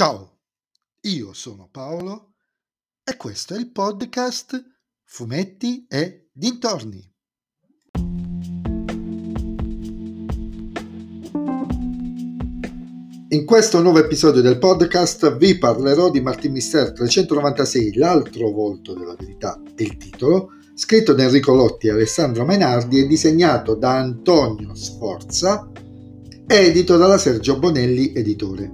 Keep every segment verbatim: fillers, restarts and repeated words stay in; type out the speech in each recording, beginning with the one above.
Ciao, io sono Paolo e questo è il podcast Fumetti e Dintorni. In questo nuovo episodio del podcast vi parlerò di Martin Mister trecentonovantasei, l'altro volto della verità è il titolo, scritto da Enrico Lotti e Alessandro Mainardi e disegnato da Antonio Sforza, edito dalla Sergio Bonelli Editore.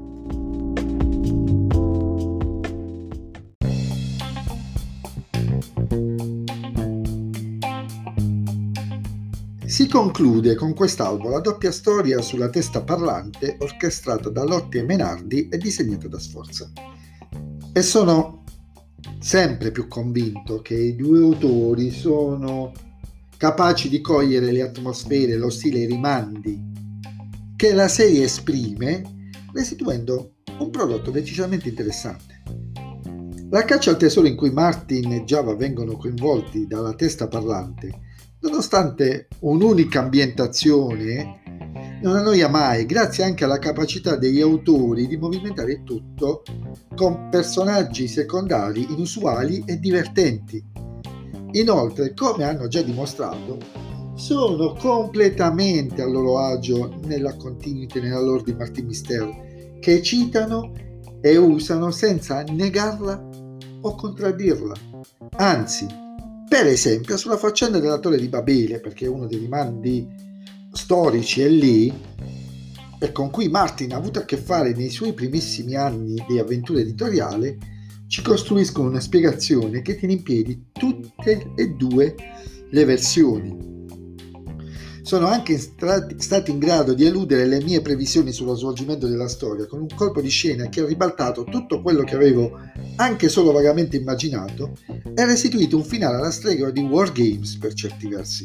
Si conclude con quest'albo la doppia storia sulla testa parlante orchestrata da Lotti e Mainardi e disegnata da Sforza. E sono sempre più convinto che i due autori sono capaci di cogliere le atmosfere, lo stile e i rimandi che la serie esprime, restituendo un prodotto decisamente interessante. La caccia al tesoro in cui Martin e Java vengono coinvolti dalla testa parlante, nonostante un'unica ambientazione, non annoia mai, grazie anche alla capacità degli autori di movimentare il tutto con personaggi secondari inusuali e divertenti. Inoltre, come hanno già dimostrato, sono completamente a loro agio nella continuity, nella lore di Martin Mister, che citano e usano senza negarla o contraddirla. Anzi, per esempio, sulla faccenda della Torre di Babele, perché uno dei rimandi storici è lì, e con cui Martin ha avuto a che fare nei suoi primissimi anni di avventura editoriale, ci costruiscono una spiegazione che tiene in piedi tutte e due le versioni. Sono anche stati in grado di eludere le mie previsioni sullo svolgimento della storia con un colpo di scena che ha ribaltato tutto quello che avevo anche solo vagamente immaginato e ha restituito un finale alla stregua di War Games per certi versi.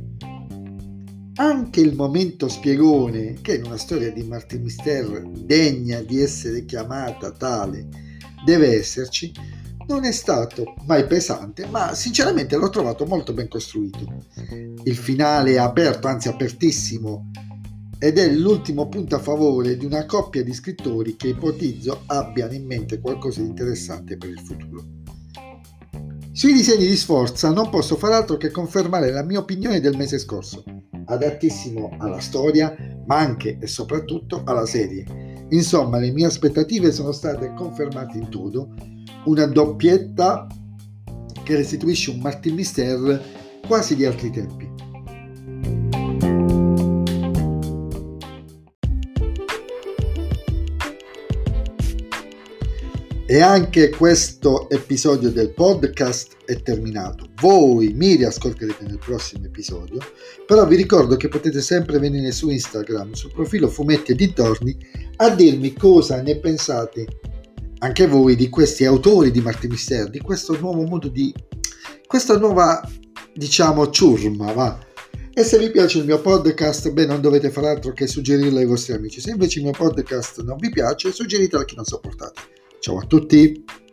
Anche il momento spiegone, che in una storia di Martin Mister degna di essere chiamata tale deve esserci, non è stato mai pesante, ma sinceramente l'ho trovato molto ben costruito. Il finale è aperto, anzi apertissimo, ed è l'ultimo punto a favore di una coppia di scrittori che ipotizzo abbiano in mente qualcosa di interessante per il futuro. Sui disegni di Sforza non posso far altro che confermare la mia opinione del mese scorso, adattissimo alla storia, ma anche e soprattutto alla serie. Insomma, le mie aspettative sono state confermate in toto, una doppietta che restituisce un Martin Mister quasi di altri tempi. E anche questo episodio del podcast è terminato. Voi mi riascolterete nel prossimo episodio, però vi ricordo che potete sempre venire su Instagram, sul profilo Fumetti e Dintorni, a dirmi cosa ne pensate anche voi di questi autori di Martin Mister, di questo nuovo modo di questa nuova, diciamo, ciurma, va. E se vi piace il mio podcast, beh, non dovete fare altro che suggerirlo ai vostri amici. Se invece il mio podcast non vi piace, suggeritelo a chi non sopportate. Ciao a tutti!